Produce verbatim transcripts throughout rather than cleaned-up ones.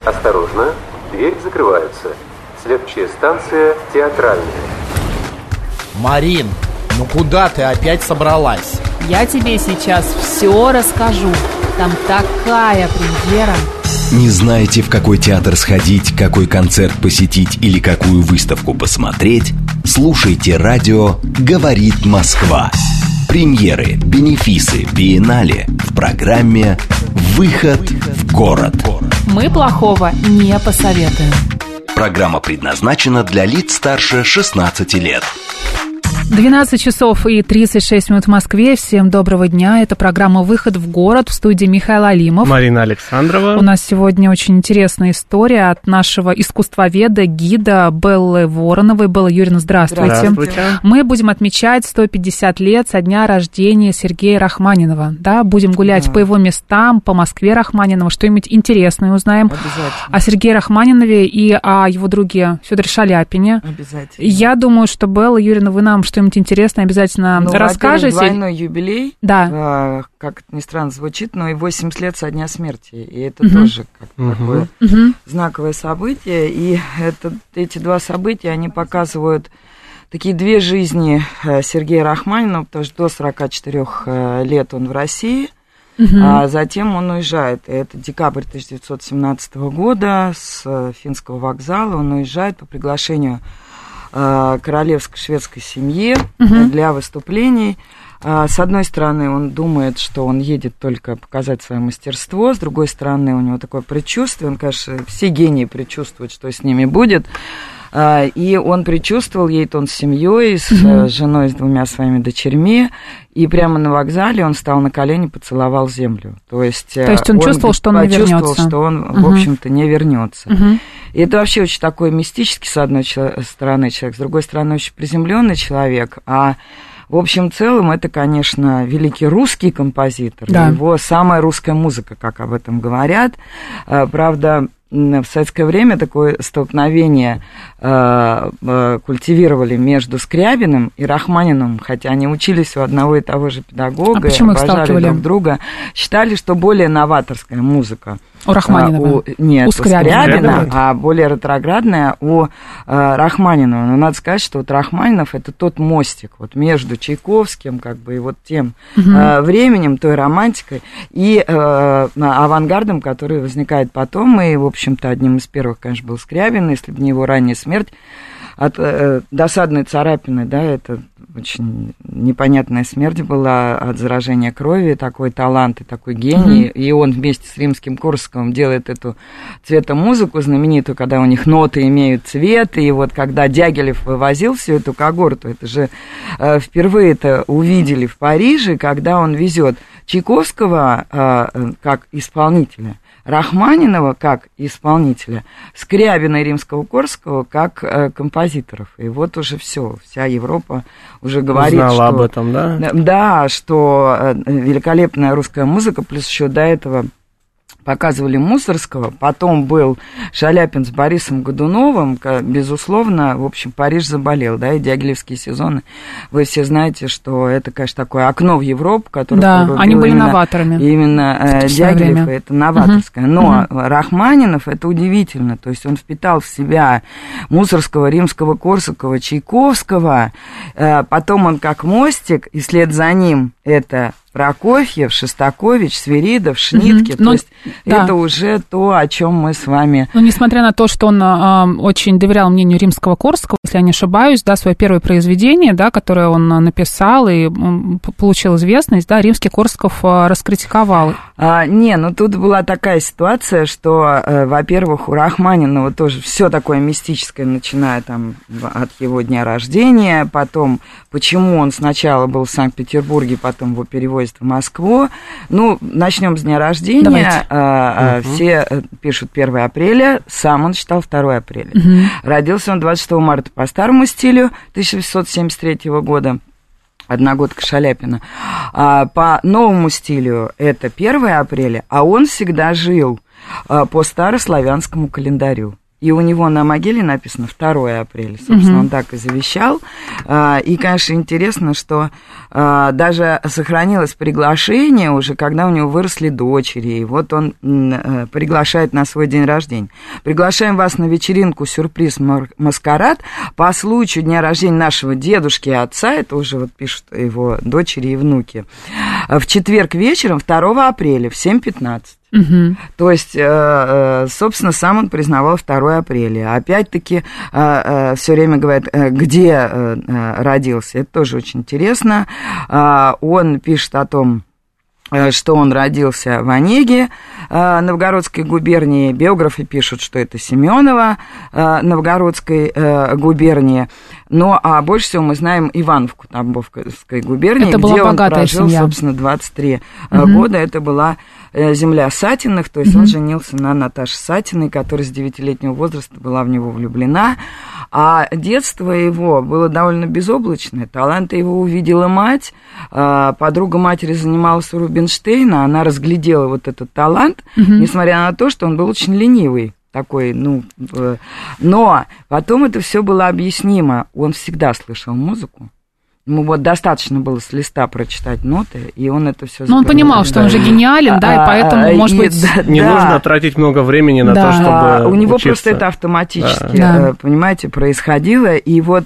Осторожно, дверь закрывается. Следующая станция театральная. Марин, ну куда ты опять собралась? Я тебе сейчас все расскажу. Там такая премьера. Не знаете, в какой театр сходить, какой концерт посетить или какую выставку посмотреть? Слушайте радио «Говорит Москва». Премьеры, бенефисы, биеннале в программе «Выход в город». Мы плохого не посоветуем. Программа предназначена для лиц старше шестнадцати лет. двенадцать часов и тридцать шесть минут в Москве. Всем доброго дня. Это программа «Выход в город». В студии Михаил Алимов. Марина Александрова. У нас сегодня очень интересная история от нашего искусствоведа, гида Беллы Вороновой. Белла Юрьевна, здравствуйте. Здравствуйте. Мы будем отмечать сто пятьдесят лет со дня рождения Сергея Рахманинова. Да, будем гулять да. по его местам, по Москве Рахманинова. Что-нибудь интересное узнаем о Сергее Рахманинове и о его друге Федоре Шаляпине. Обязательно. Я думаю, что, Белла Юрьевна, вы нам что-нибудь интересное обязательно ну, расскажете. Двойной юбилей, да. э, как это ни странно звучит, но и восемьдесят лет со дня смерти. И это uh-huh. тоже как uh-huh. такое uh-huh. знаковое событие. И это, эти два события, они показывают такие две жизни Сергея Рахманинова, потому что до сорока четырёх лет он в России, uh-huh. а затем он уезжает. Это декабрь тысяча девятьсот семнадцатого года, с Финского вокзала он уезжает по приглашению королевской шведской семьи uh-huh. для выступлений. С одной стороны, он думает, что он едет только показать свое мастерство, с другой стороны, у него такое предчувствие, он, конечно, все гении предчувствуют, что с ними будет, и он предчувствовал, едет он с семьей, с uh-huh. женой, с двумя своими дочерьми, и прямо на вокзале он встал на колени, поцеловал землю. То есть, То есть он, он чувствовал, что он не вернется. Почувствовал, что он, uh-huh. в общем-то, не вернется. Uh-huh. И это вообще очень такой мистический, с одной стороны, человек, с другой стороны, очень приземленный человек, а в общем целом это, конечно, великий русский композитор, да. его самая русская музыка, как об этом говорят. Правда, в советское время такое столкновение э, э, культивировали между Скрябиным и Рахманиновым, хотя они учились у одного и того же педагога, а почему их обожали сталкивали? друг друга, считали, что более новаторская музыка у Рахманинова? У, нет, у Скрябина, Скрябина, а более ретроградная у э, Рахманинова. Но надо сказать, что вот Рахманинов это тот мостик вот между Чайковским, как бы, и вот тем угу. э, временем, той романтикой и э, авангардом, который возникает потом, и, в общем, В общем-то, одним из первых, конечно, был Скрябин, если бы не его ранняя смерть от э, досадной царапины, да, это очень непонятная смерть была от заражения крови, такой талант и такой гений, mm-hmm. и он вместе с Римским-Корсаковым делает эту цветомузыку знаменитую, когда у них ноты имеют цвет, и вот когда Дягилев вывозил всю эту когорту, это же э, впервые это увидели в Париже, когда он везет Чайковского э, как исполнителя, Рахманинова как исполнителя, Скрябина и Римского-Корсакова как э, композиторов. И вот уже все, вся Европа уже говорит, Узнала что... об этом, да? Да, что э, великолепная русская музыка, плюс еще до этого показывали Мусорского, потом был Шаляпин с Борисом Годуновым, безусловно, в общем, Париж заболел, да, и дягилевские сезоны, вы все знаете, что это, конечно, такое окно в Европу, которое... Да, они были именно, новаторами. Именно э, Дягилев, время. Это новаторское, угу. но угу. Рахманинов, это удивительно, то есть он впитал в себя Мусорского, Римского, Корсакова, Чайковского, э, потом он как мостик, и вслед за ним это... Прокофьев, Шостакович, Свиридов, Шнитке, mm-hmm. то ну, есть да. это уже то, о чем мы с вами... Ну, несмотря на то, что он э, очень доверял мнению Римского-Корсакова, если я не ошибаюсь, да, свое первое произведение, да, которое он написал и м, получил известность, да, Римский-Корсаков э, раскритиковал. А, не, ну тут была такая ситуация, что, э, во-первых, у Рахманинова тоже все такое мистическое, начиная там от его дня рождения, потом, почему он сначала был в Санкт-Петербурге, потом его переводят в Москву. Ну, начнем с дня рождения. А, угу. Все пишут первое апреля, сам он считал второе апреля. Угу. Родился он двадцать шестого марта по старому стилю тысяча восемьсот семьдесят третьего года. Одногодка Шаляпина. А по новому стилю это первое апреля, а он всегда жил а, по старославянскому календарю. И у него на могиле написано второе апреля. Собственно, uh-huh. он так и завещал. И, конечно, интересно, что даже сохранилось приглашение уже, когда у него выросли дочери. И вот он приглашает на свой день рождения. Приглашаем вас на вечеринку «Сюрприз-маскарад» по случаю дня рождения нашего дедушки и отца. Это уже вот пишут его дочери и внуки. В четверг вечером, второго апреля в семь пятнадцать. Угу. То есть, собственно, сам он признавал второе апреля. Опять-таки, все время говорит, где родился. Это тоже очень интересно. Он пишет о том, что он родился в Онеге, Новгородской губернии. Биографы пишут, что это Семёново, Новгородской губернии. Ну, а больше всего мы знаем Ивановку Тамбовской губернии, это где он прожил, семья. собственно, двадцать три угу. года. Это была земля Сатиных, то есть угу. он женился на Наташе Сатиной, которая с девятилетнего возраста была в него влюблена. А детство его было довольно безоблачное. Таланты его увидела мать. Подруга матери занималась у Рубинштейна. Она разглядела вот этот талант, угу. несмотря на то, что он был очень ленивый. Такой, ну, но потом это все было объяснимо. Он всегда слышал музыку. Ему вот достаточно было с листа прочитать ноты, и он это все. Но он понимал, что да. он же гениален, да, и поэтому, а, может и, быть... Да, не да. нужно тратить много времени на да. то, чтобы а, У него учиться. Просто это автоматически, да. понимаете, происходило. И вот,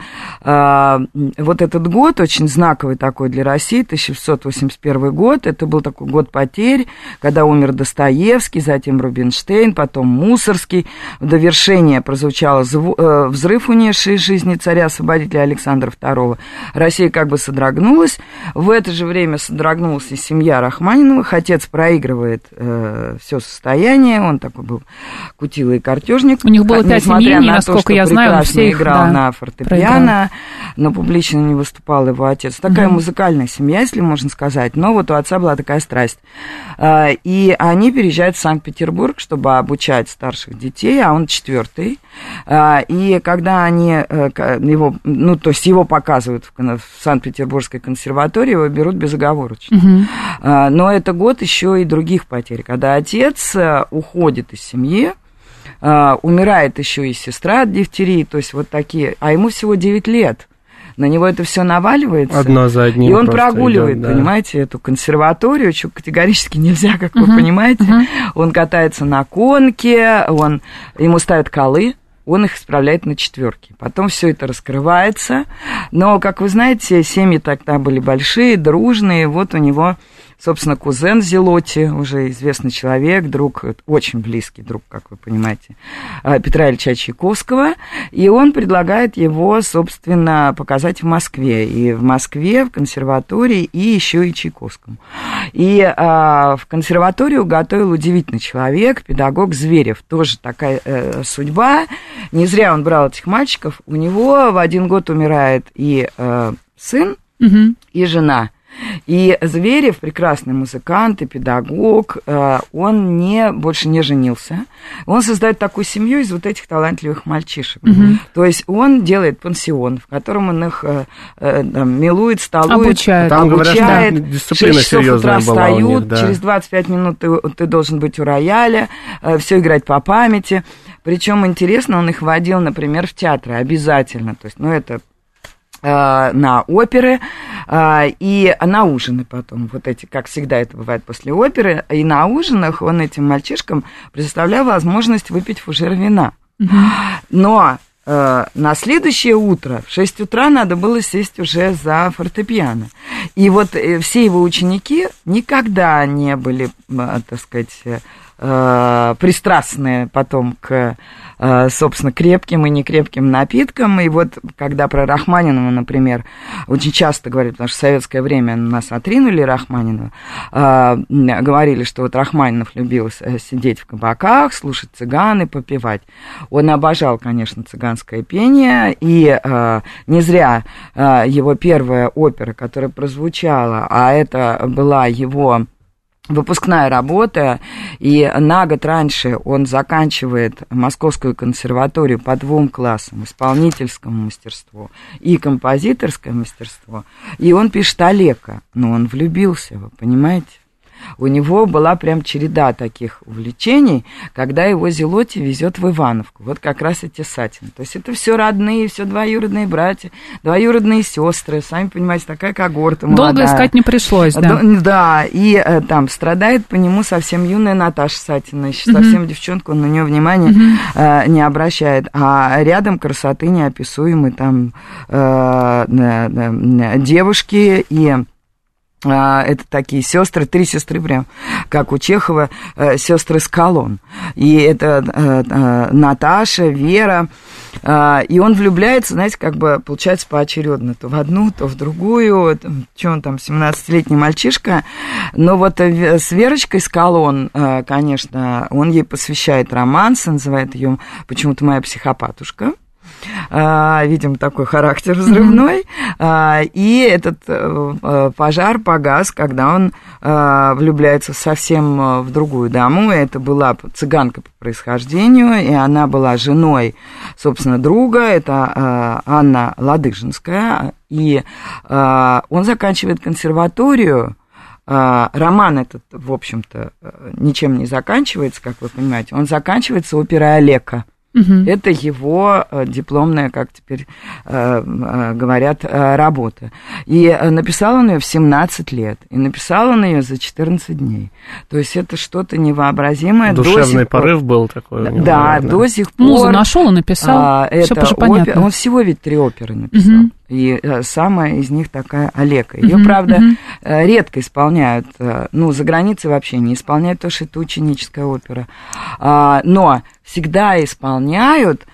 а, вот этот год очень знаковый такой для России, тысяча шестьсот восемьдесят первый год, это был такой год потерь, когда умер Достоевский, затем Рубинштейн, потом Мусорский. В довершение прозвучал взрыв, унесший из жизни царя-освободителя Александра второго. Россия как бы содрогнулась. В это же время содрогнулась и семья Рахманиновых. Отец проигрывает э, все состояние. Он такой был кутилый картежник. У них было пять имений, насколько я знаю, он все их играл да, на фортепиано, но публично не выступал его отец. Такая угу. музыкальная семья, если можно сказать. Но вот у отца была такая страсть. И они переезжают в Санкт-Петербург, чтобы обучать старших детей, а он четвертый. И когда они его, ну, то есть его показывают в в Санкт-Петербургской консерватории, его берут безоговорочно. Угу. Но это год еще и других потерь, когда отец уходит из семьи, умирает еще и сестра от дифтерии, то есть вот такие, а ему всего девять лет. На него это все наваливается. Одно за одним. И он прогуливает, идет, да. понимаете, эту консерваторию, что категорически нельзя, как uh-huh. вы понимаете. Uh-huh. Он катается на конке, он, ему ставят колы. Он их исправляет на четверке. Потом все это раскрывается. Но, как вы знаете, семьи тогда были большие, дружные. Вот у него, собственно, кузен Зелотти, уже известный человек, друг, очень близкий друг, как вы понимаете, Петра Ильича Чайковского. И он предлагает его, собственно, показать в Москве. И в Москве, в консерватории, и еще и Чайковскому. И а, в консерваторию готовил удивительный человек, педагог Зверев. Тоже такая э, судьба. Не зря он брал этих мальчиков. У него в один год умирает и э, сын, угу. и жена. И Зверев, прекрасный музыкант и педагог, э, он не, больше не женился. Он создает такую семью из вот этих талантливых мальчишек. Угу. То есть он делает пансион, в котором он их э, э, там, милует, столует, обучает. Там обучает. Говорят, дисциплина серьезная была у них, да. Через двадцать пять минут ты, ты должен быть у рояля, э, все играть по памяти. Причем интересно, он их водил, например, в театры обязательно. То есть, ну, это э, на оперы э, и на ужины потом. Вот эти, как всегда это бывает после оперы. И на ужинах он этим мальчишкам предоставлял возможность выпить фужер вина. Mm-hmm. Но э, на следующее утро, в шесть утра, надо было сесть уже за фортепиано. И вот э, все его ученики никогда не были, э, так сказать... пристрастные потом к, собственно, крепким и некрепким напиткам. И вот, когда про Рахманинова, например, очень часто говорят, потому что в советское время нас отринули Рахманинова, говорили, что вот Рахманинов любил сидеть в кабаках, слушать цыган и попевать. Он обожал, конечно, цыганское пение, и не зря его первая опера, которая прозвучала, а это была его... выпускная работа, и на год раньше он заканчивает Московскую консерваторию по двум классам, исполнительскому мастерству и композиторское мастерство, и он пишет Олега, но он влюбился, вы понимаете? у него была прям череда таких увлечений, когда его Зелотти везет в Ивановку. Вот как раз эти Сатины. То есть это все родные, все двоюродные братья, двоюродные сестры. Сами понимаете, такая когорта молодая. Долго искать не пришлось, да? Да, и э, там страдает по нему совсем юная Наташа Сатина. Еще uh-huh. совсем девчонка, он на нее внимания uh-huh. э, не обращает. А рядом красоты неописуемой там э, э, э, девушки и... Это такие сестры, три сестры прям, как у Чехова, сестры Скалон. И это э, Наташа, Вера. Э, и он влюбляется, знаете, как бы получается поочередно. То в одну, то в другую. Что он там, семнадцатилетний мальчишка. Но вот с Верочкой Скалон, э, конечно, он ей посвящает романс, называет ее почему-то «Моя психопатушка». Uh, видимо, такой характер взрывной. Uh, и этот uh, пожар погас, когда он uh, влюбляется совсем в другую даму. Это была цыганка по происхождению, и она была женой, собственно, друга. Это uh, Анна Ладыжинская. И uh, он заканчивает консерваторию. Uh, роман этот, в общем-то, ничем не заканчивается, как вы понимаете. Он заканчивается оперой «Олека». Uh-huh. Это его дипломная, как теперь э, говорят, работа. И написал он ее в семнадцать лет. И написал он ее за четырнадцать дней. То есть это что-то невообразимое. Душевный порыв был такой. Да, наверное. До сих пор. Музу нашел и написал. А, это Всё понятно. Опер... Он всего ведь три оперы написал. Uh-huh. И самая из них такая «Олека». Ее, uh-huh, правда, uh-huh. редко исполняют. Ну, за границей вообще не исполняют, потому что это ученическая опера. Но всегда исполняют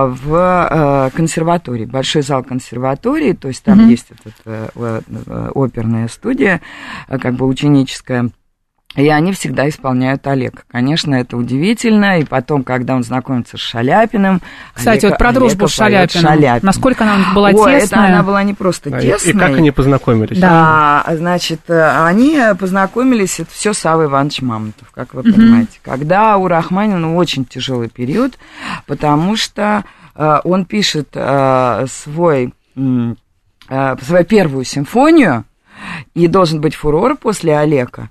в консерватории, большой зал консерватории, то есть там uh-huh. есть эта оперная студия, как бы ученическая. И они всегда исполняют Олега. Конечно, это удивительно. И потом, когда он знакомится с Шаляпиным... Кстати, Олег, вот про дружбу с Шаляпиным. Шаляпин. Насколько она была Ой, тесная. это она была не просто да, тесная. И как они познакомились? Да, значит, они познакомились, это все с Авой Ивановичем Мамонтов, как вы uh-huh. понимаете. Когда у Рахманинова очень тяжелый период, потому что он пишет свой, свою первую симфонию, и должен быть фурор после Олега,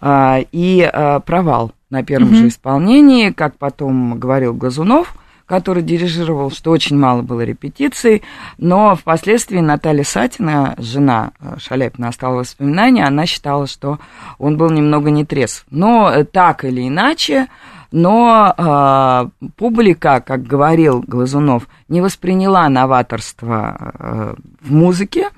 и провал на первом mm-hmm. же исполнении, как потом говорил Глазунов, который дирижировал, что очень мало было репетиций, но впоследствии Наталья Сатина, жена Шаляпина, оставила воспоминания, она считала, что он был немного нетрезв. Но так или иначе, но э, публика, как говорил Глазунов, не восприняла новаторство э, в музыке.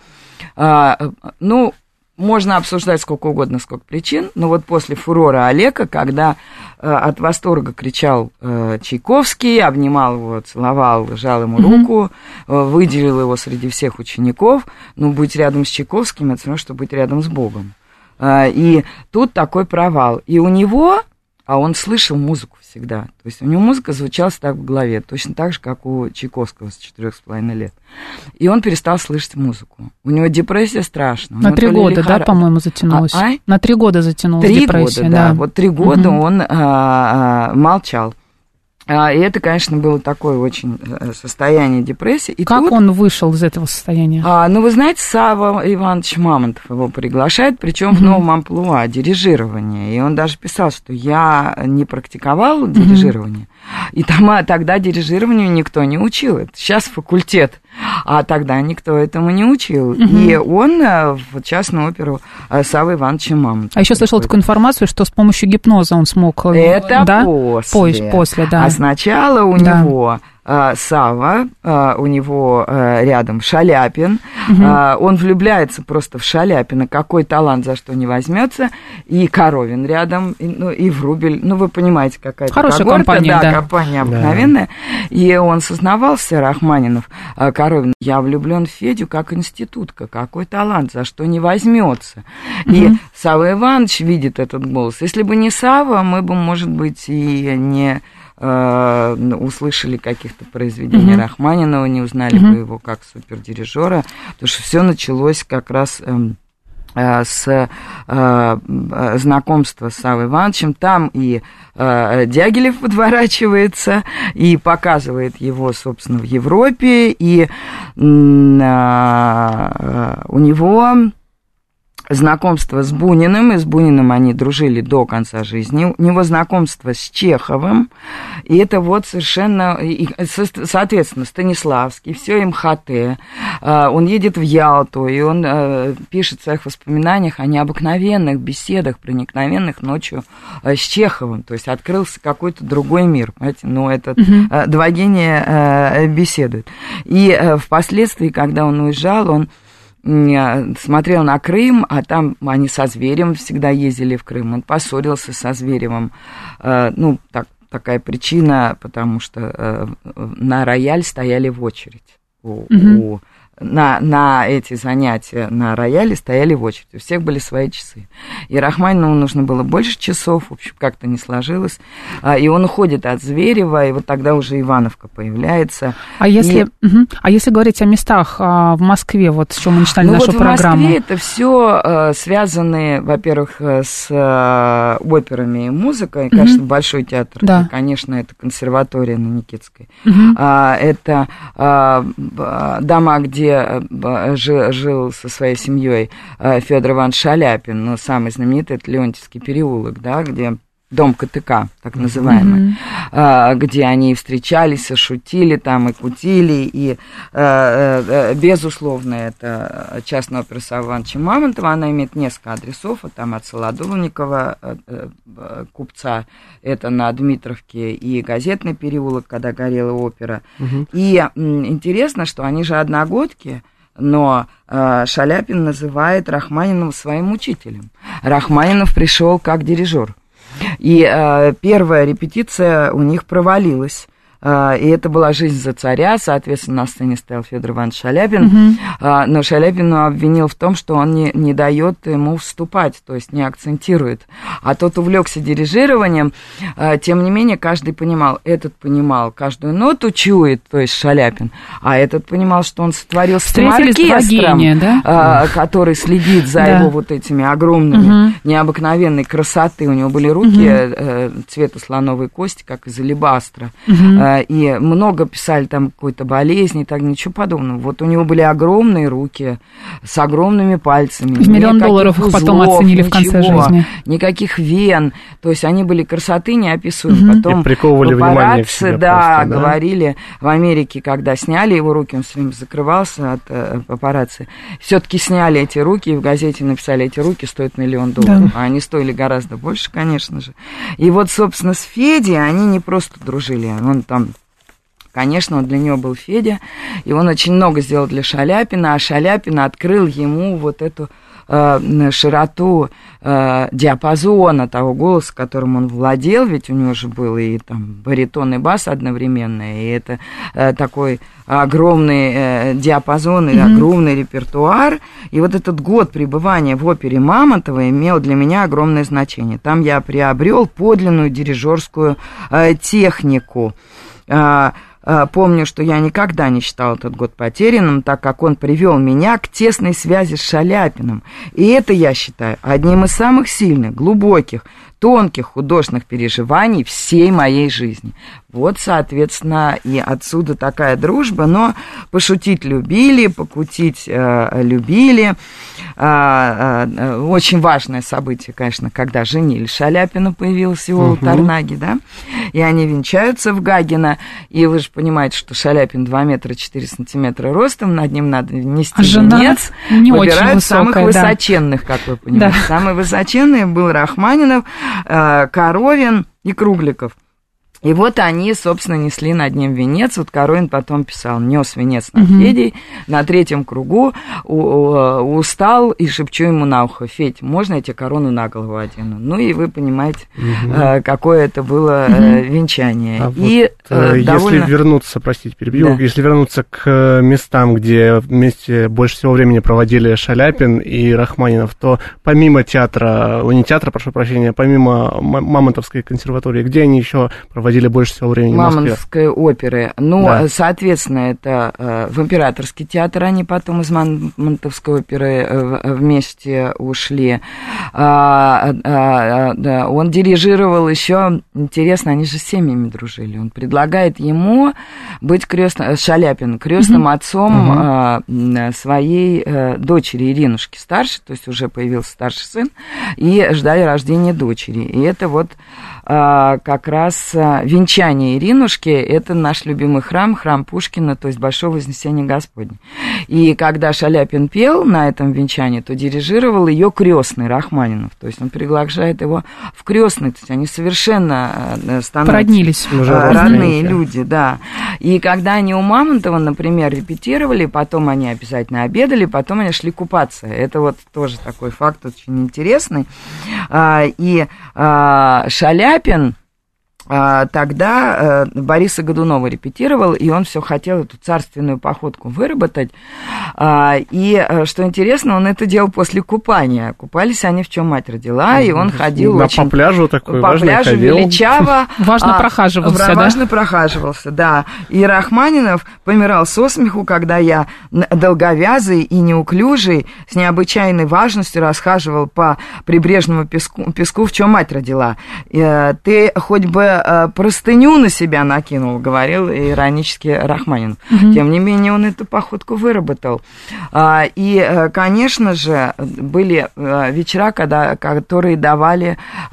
Э, ну, можно обсуждать сколько угодно, сколько причин, но вот после фурора Олега, когда э, от восторга кричал э, Чайковский, обнимал его, целовал, жал ему mm-hmm. руку, э, выделил его среди всех учеников, ну, быть рядом с Чайковским, это все равно, что быть рядом с Богом. Э, и тут такой провал. И у него, а он слышал музыку всегда, то есть у него музыка звучала так в голове, точно так же, как у Чайковского с четырёх с половиной лет. И он перестал слышать музыку. У него депрессия страшная. На три года, лихора... да, по-моему, затянулась? А, а? На три года затянулась три депрессия. Три года, да. да. Вот три года угу. он а, а, молчал. И это, конечно, было такое очень состояние депрессии. И как тут, он вышел из этого состояния? А, ну, вы знаете, Савва Иванович Мамонтов его приглашает, причем mm-hmm. в новом амплуа, дирижирование. И он даже писал, что я не практиковал mm-hmm. дирижирование. И там, тогда дирижированию никто не учил. Это сейчас факультет, а тогда никто этому не учил. Mm-hmm. И он в частную оперу Саввы Ивановича Мамонтова. А еще слышал такую информацию, что с помощью гипноза он смог... Это да? после. После, да. А сначала у да. него э, Савва, э, у него э, рядом Шаляпин, угу. э, он влюбляется просто в Шаляпина, какой талант, за что не возьмется, и Коровин рядом, и, ну, и Врубель, ну, вы понимаете, какая-то хорошая когорта, компания, да, да. компания обыкновенная, да. И он сознавался, Рахманинов, э, Коровин, я влюблен в Федю как институтка, какой талант, за что не возьмется. Угу. И Савва Иванович видит этот голос. Если бы не Савва, мы бы, может быть, и не... услышали каких-то произведений uh-huh. Рахманинова, не узнали uh-huh. бы его как супердирижера, потому что все началось как раз э, э, с э, знакомства с Саввой Ивановичем. Там и э, Дягилев подворачивается, и показывает его, собственно, в Европе, и э, э, у него... знакомство с Буниным, и с Буниным они дружили до конца жизни. У него знакомство с Чеховым, и это вот совершенно, соответственно, Станиславский, все эм ха тэ, он едет в Ялту, и он пишет в своих воспоминаниях о необыкновенных беседах, проникновенных ночью с Чеховым, то есть открылся какой-то другой мир, понимаете, но это uh-huh. два гения беседуют. И впоследствии, когда он уезжал, он смотрел на Крым, а там они со Зверевым всегда ездили в Крым. Он поссорился со Зверевым. Ну, так, такая причина, потому что на рояль стояли в очередь. У, mm-hmm. у, на, на эти занятия на рояле стояли в очередь. У всех были свои часы. И Рахманинову нужно было больше часов, в общем, как-то не сложилось. И он уходит от Зверева, и вот тогда уже Ивановка появляется. А если, и... угу. а если говорить о местах а, в Москве, вот с чем мы начинали ну нашу вот программу? В Москве это все а, связано, во-первых, с а, операми и музыкой. Конечно, угу. Большой театр. Да. И, конечно, это консерватория на Никитской. Угу. А, это а, дома, где Жил, жил со своей семьей Федор Иванович Шаляпин, но самый знаменитый это Леонтьевский переулок, да, где дом ка тэ ка, так называемый, mm-hmm. где они встречались, и шутили там, и кутили, и, безусловно, это частная опера Саввы Ивановича Мамонтова, она имеет несколько адресов, а там от Солодовникова, купца, это на Дмитровке, и Газетный переулок, когда горела опера. Mm-hmm. И интересно, что они же одногодки, но Шаляпин называет Рахманинова своим учителем. Рахманинов пришел как дирижер. И э, первая репетиция у них провалилась. И это была «Жизнь за царя», соответственно, на сцене стоял Федор Иванович Шаляпин, uh-huh. но Шаляпина обвинил в том, что он не, не дает ему вступать, то есть не акцентирует. А тот увлекся дирижированием, тем не менее, каждый понимал, этот понимал, каждую ноту чует, то есть Шаляпин, а этот понимал, что он сотворил с этим оркестром, гения, да? который следит за да. его вот этими огромными, uh-huh. необыкновенной красоты. У него были руки uh-huh. цвета слоновой кости, как из алебастра. Uh-huh. И много писали там какой-то болезни, так ничего подобного. Вот у него были огромные руки с огромными пальцами. В миллион долларов их потом оценили в конце жизни. Никаких вен. То есть они были красоты неописуемые. Угу. Потом папарацци, да, просто, да, говорили в Америке, когда сняли его руки, он все время закрывался от э, папарацци. Все-таки сняли эти руки, и в газете написали, эти руки стоят миллион долларов. Да. А они стоили гораздо больше, конечно же. И вот, собственно, с Федей они не просто дружили. Он там Конечно, он для него был Федя, и он очень много сделал для Шаляпина, а Шаляпин открыл ему вот эту э, широту э, диапазона того голоса, которым он владел, ведь у него же был и там баритон, и бас одновременно, и это э, такой огромный э, диапазон и mm-hmm. огромный репертуар, и вот этот год пребывания в опере Мамонтова имел для меня огромное значение. Там я приобрел подлинную дирижерскую э, технику. Помню, что я никогда не считал этот год потерянным, так как он привел меня к тесной связи с Шаляпиным. И это, я считаю, одним из самых сильных, глубоких, тонких художественных переживаний всей моей жизни. Вот, соответственно, и отсюда такая дружба, но пошутить любили, покутить э, любили. Э, э, очень важное событие, конечно, когда женили Шаляпина, появился его uh-huh. у Тарнаги, да, и они венчаются в Гагино, и вы же понимаете, что Шаляпин два метра четыре сантиметра ростом, над ним надо нести а венец, не выбирают очень самых высокая, высоченных, да. как вы понимаете. Да. Самый высоченный был Рахманинов, э, Коровин и Кругликов. И вот они, собственно, несли над ним венец. Вот Коровин потом писал, нес венец над uh-huh. Федей, на третьем кругу у, у, устал и шепчу ему на ухо: Федь, можно я тебе корону на голову одену? Ну и вы понимаете, uh-huh. э, какое это было uh-huh. э, венчание. А и, вот, э, довольно... Если вернуться, простите, перебью, да. если вернуться к местам, где вместе больше всего времени проводили Шаляпин и Рахманинов, то помимо театра, не театра, прошу прощения, помимо Мамонтовской консерватории, где они еще проводили проводили больше всего времени в Москве. Мамонтовской оперы. Ну, да. соответственно, это э, в Императорский театр они потом из Мамонтовской оперы э, вместе ушли. А, а, а, он дирижировал еще, интересно, они же с семьями дружили. Он предлагает ему быть крестным, Шаляпин, крестным mm-hmm. отцом mm-hmm. э, своей э, дочери Иринушки старшей, то есть уже появился старший сын, и ждали рождения дочери. И это вот э, как раз э, венчание Иринушки, это наш любимый храм, храм Пушкина, то есть Большое Вознесение Господне. И когда Шаляпин пел на этом венчании, то дирижировал ее крестный Рахманинов, то есть он приглашает его в крестный, то есть они совершенно становятся породнились. Родные люди, да. И когда они у Мамонтова, например, репетировали, потом они обязательно обедали, потом они шли купаться. Это вот тоже такой факт очень интересный. И Шаляпин тогда Бориса Годунова репетировал, и он все хотел эту царственную походку выработать. И, что интересно, он это делал после купания. Купались они в «Чем мать родила», и он ходил на, очень... По пляжу такой, по пляжу ходил. величаво. Важно прохаживался, да? Важно прохаживался, да. И Рахманинов помирал со смеху, когда я долговязый и неуклюжий с необычайной важностью расхаживал по прибрежному песку, песку «В чем мать родила». Ты хоть бы простыню на себя накинул, говорил иронически Рахманинов. Mm-hmm. Тем не менее, он эту походку выработал. И, конечно же, были вечера, когда, которые давали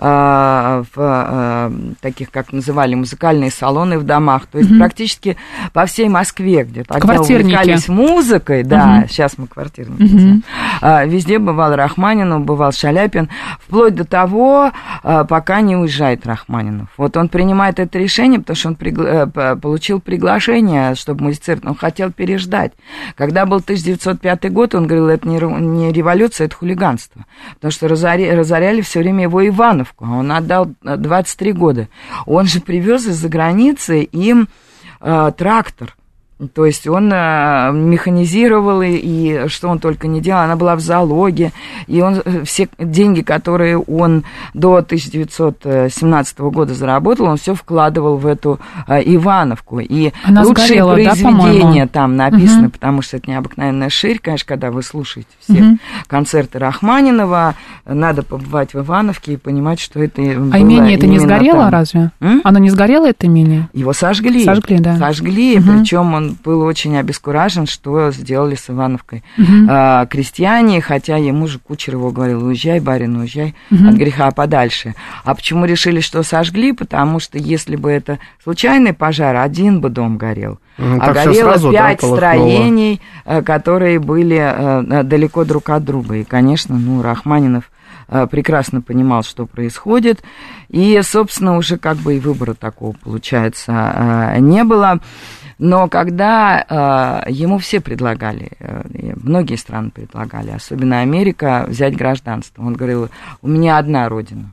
в таких, как называли, музыкальные салоны в домах. То есть mm-hmm. практически по всей Москве, где тогда увлекались музыкой, да, mm-hmm. сейчас мы квартирники mm-hmm. знаем, везде бывал Рахманинов, бывал Шаляпин, вплоть до того, пока не уезжает Рахманинов. Вот он принимает это решение, потому что он пригла... получил приглашение, чтобы музицировать, он хотел переждать. Когда был тысяча девятьсот пятый год, он говорил, это не революция, это хулиганство, потому что разоря... разоряли все время его Ивановку, а он отдал двадцать три года. Он же привез из-за границы им э, трактор. То есть он э, механизировал, и, и что он только не делал, она была в залоге, и он все деньги, которые он до тысяча девятьсот семнадцатого года заработал, он все вкладывал в эту э, Ивановку. И она лучшие сгорела, произведения да, там написаны, угу. потому что это необыкновенная ширь, конечно, когда вы слушаете все угу. концерты концерты Рахманинова, надо побывать в Ивановке и понимать, что это было. А имение это не сгорело там. Разве? М? Оно не сгорело, это имение? Его сожгли. Сожгли, да. Сожгли, угу. Причем он был очень обескуражен, что сделали с Ивановкой угу. а, крестьяне, хотя ему же кучер его говорил, уезжай, барин, уезжай угу. от греха подальше. А почему решили, что сожгли? Потому что если бы это случайный пожар, один бы дом горел. Ну, а горело пять да, строений, которые были далеко друг от друга. И, конечно, ну, Рахманинов прекрасно понимал, что происходит. И, собственно, уже как бы и выбора такого, получается, не было. Но когда э, ему все предлагали, э, многие страны предлагали, особенно Америка, взять гражданство, он говорил, у меня одна родина.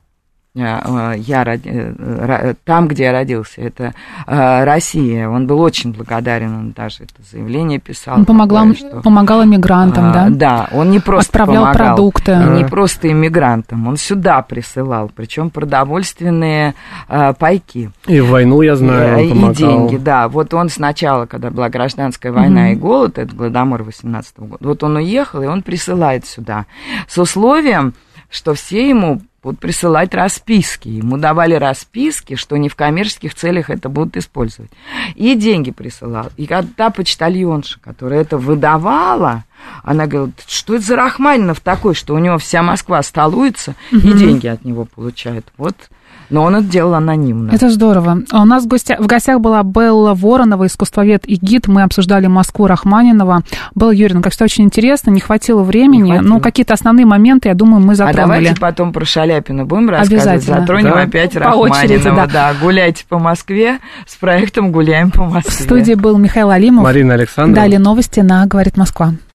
Я, я, там, где я родился, это Россия. Он был очень благодарен, он даже это заявление писал. Он помогал, такое, что, помогал иммигрантам, а, да? Да, он не просто отправлял помогал, продукты. Не просто иммигрантам, он сюда присылал, причем продовольственные а, пайки. И в войну, я знаю, он помогал. И деньги, да. Вот он сначала, когда была гражданская война mm-hmm. и голод, это Гладомор восемнадцатого года, вот он уехал, и он присылает сюда с условием, что все ему будут присылать расписки. Ему давали расписки, что не в коммерческих целях это будут использовать. И деньги присылал. И та почтальонша, которая это выдавала, она говорит, что это за Рахманинов такой, что у него вся Москва столуется угу. и деньги от него получает. Вот. Но он это делал анонимно. Это здорово. У нас в гостях, в гостях была Белла Воронова, искусствовед и гид. Мы обсуждали Москву Рахманинова. Белла Юрьевна, как всегда, очень интересно. Не хватило времени. Хватило. Ну, какие-то основные моменты, я думаю, мы затронули. А давайте потом про Шаляпина будем рассказывать. Затронем да. опять Рахманинова. По очереди, да. да. Гуляйте по Москве с проектом «Гуляем по Москве». В студии был Михаил Алимов. Марина Александрова. Далее новости на «Говорит Москва».